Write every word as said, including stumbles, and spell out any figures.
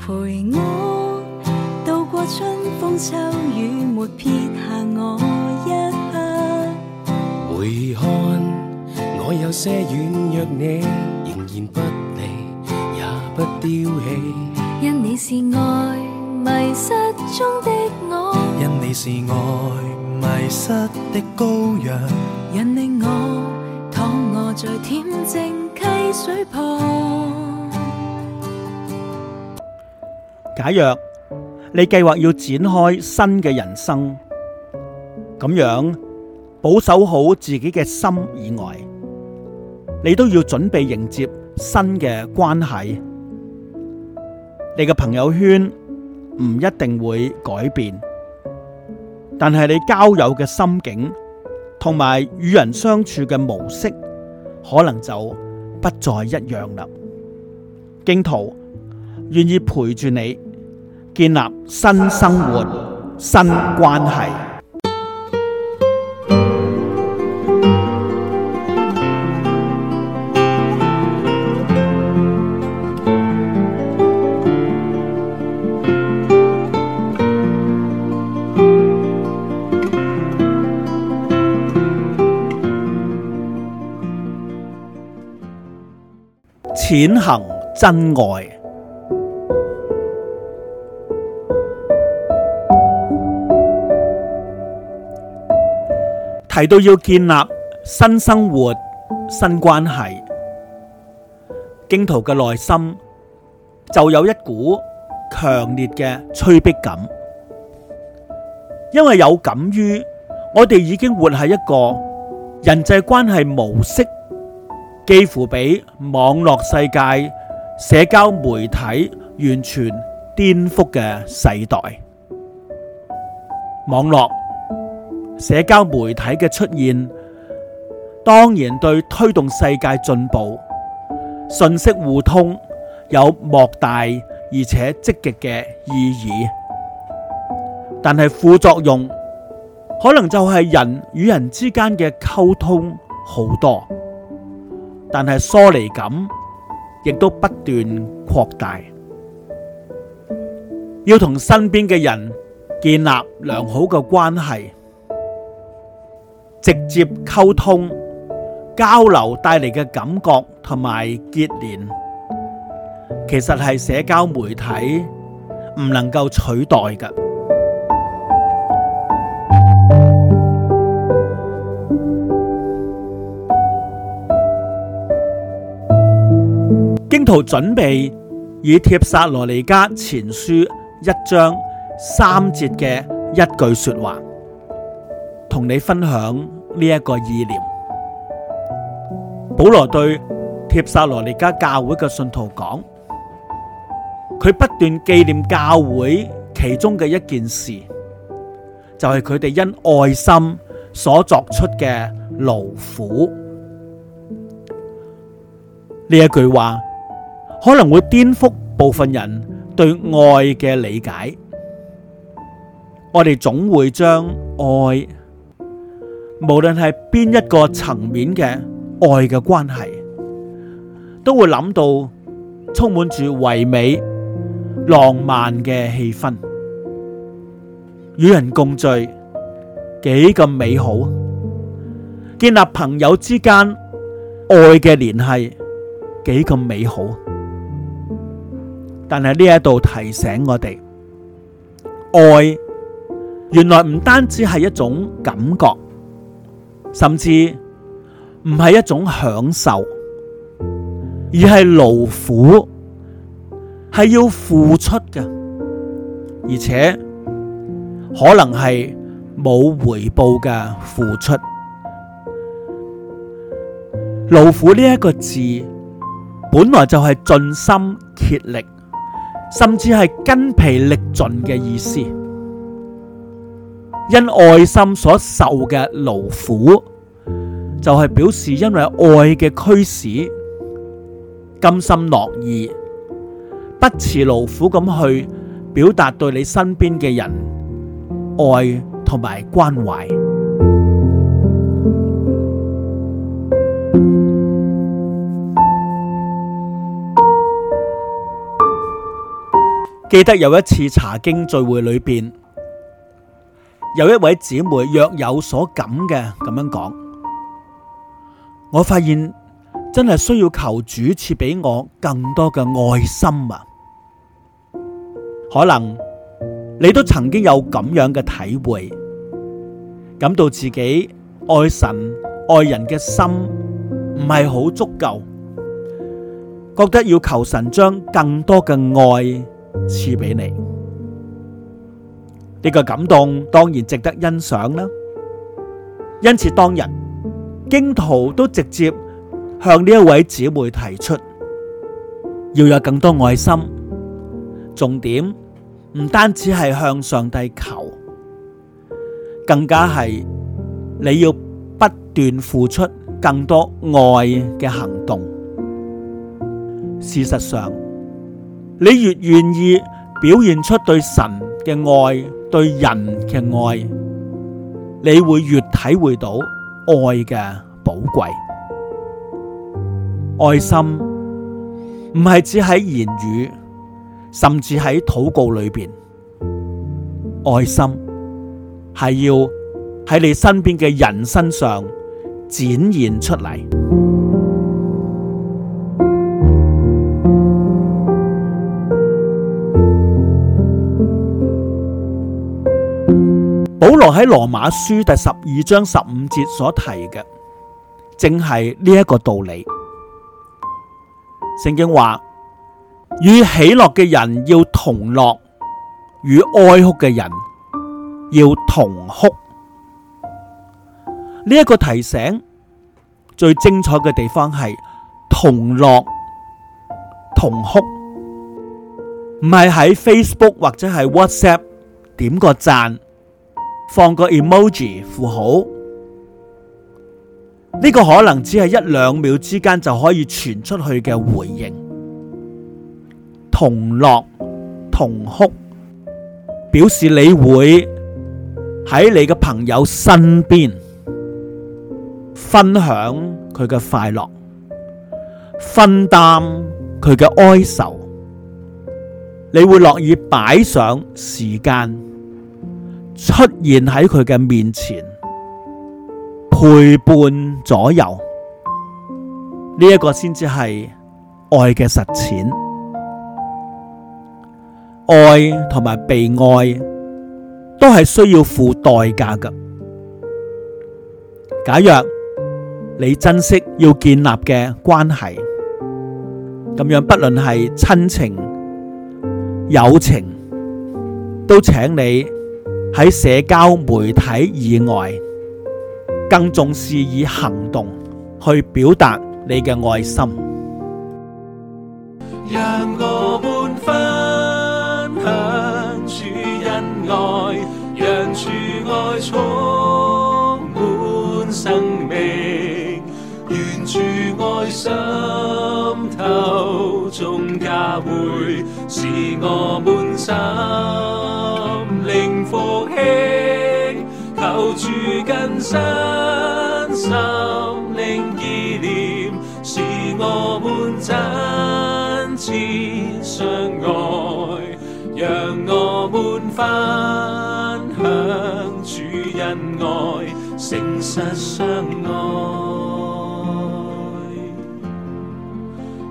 陪我渡過春風秋雨，沒撇下我一刻。 回看我有些軟弱，你仍然不離也不丟棄， 因你是愛迷失中的我， 因你是愛迷失的羔羊， 引領我躺臥在恬靜溪水旁。 假若你計劃要展開新嘅人生，咁樣保守好自己嘅心以外，你都要準備迎接新嘅關係。你嘅朋友圈唔一定會改變，但係你交友嘅心境同埋與人相處嘅模式，可能就不再一樣啦。荊徒願意陪住你建立新生活、新關係。踐行真愛。提到要建立新生活、新關係，荊徒嘅內心就有一股強烈嘅催逼感，因為有感於我哋已經活喺一個人際關係模式幾乎俾網絡世界、社交媒體完全顛覆嘅世代。網絡、社交媒體嘅出現，當然對推動世界進步、信息互通有莫大而且積極嘅意義。但係副作用可能就係人與人之間嘅溝通好多，但係疏離感亦都不斷擴大。要同身邊嘅人建立良好嘅關係，直接溝通交流帶嚟嘅感覺同埋結連，其實係社交媒體唔能夠取代嘅。荊徒準備以帖撒羅尼迦前書一章三節嘅一句說話，同你分享呢一個意念。保羅對帖撒羅尼迦教會嘅信徒講，佢不斷紀念教會其中嘅一件事，就係佢哋因愛心所作出嘅勞苦。呢一句話可能會顛覆部分人對愛嘅理解。我哋總會將愛，無論係邊一個層面嘅愛嘅關係，都會諗到充滿住唯美浪漫嘅氣氛，與人共聚幾咁美好，建立朋友之間愛嘅聯繫幾咁美好。但係呢一度提醒我哋，愛原來唔單止係一種感覺，甚至唔係一種享受，而係勞苦，係要付出嘅，而且可能係冇回報嘅付出。勞苦呢一個字本來就係盡心竭力，甚至係筋疲力盡嘅意思。因愛心所受嘅勞苦，就係表示因為愛嘅驅使，甘心樂意，不辭勞苦咁去表達對你身邊嘅人愛同埋關懷。 記得有一次查經聚會裏邊，有一位姊妹若有所感嘅咁樣講：我發現真係需要求主賜俾我更多嘅愛心啊！可能你都曾經有咁樣嘅體會，感到自己愛神愛人嘅心唔係好足夠，覺得要求神將更多嘅愛賜俾你。呢個感動當然值得欣賞啦。因此當日荊徒都直接向呢一位姊妹提出，要有更多愛心，重點唔單止係向上帝求，更加係你要不斷付出更多愛嘅行動。事實上，你越願意表現出對神嘅愛、對人嘅愛，你會越體會到愛嘅寶貴。愛心唔係只喺言語，甚至喺禱告裏邊，愛心係要喺你身邊嘅人身上展現出嚟。保羅喺羅馬書第十二章十五節所提嘅，正係呢一個道理。聖經話：與喜樂嘅人要同樂，與哀哭嘅人要同哭。呢一個提醒最精彩嘅地方係同樂同哭，唔係喺 Facebook 或者係 WhatsApp 點個讚，放個 emoji 符號，呢個可能只係一兩秒之間就可以傳出去嘅回應。同樂同哭，表示你會喺你嘅朋友身邊分享佢嘅快樂，分擔佢嘅哀愁，你會樂意擺上時間出現喺佢嘅面前，陪伴左右。呢一個先至係愛嘅實踐。愛同埋被愛都係需要付代價㗎。假若你珍惜要建立嘅關係，咁樣不論係親情、友情，都請你喺社交媒體以外，更重視以行動去表達你嘅愛心。 讓我們分享主恩愛，讓主愛充滿生命，願主愛滲透眾教會，使我們心靈復興，求主更新心靈意念，使我們真摯相愛，讓我們分享主恩愛，誠實相愛。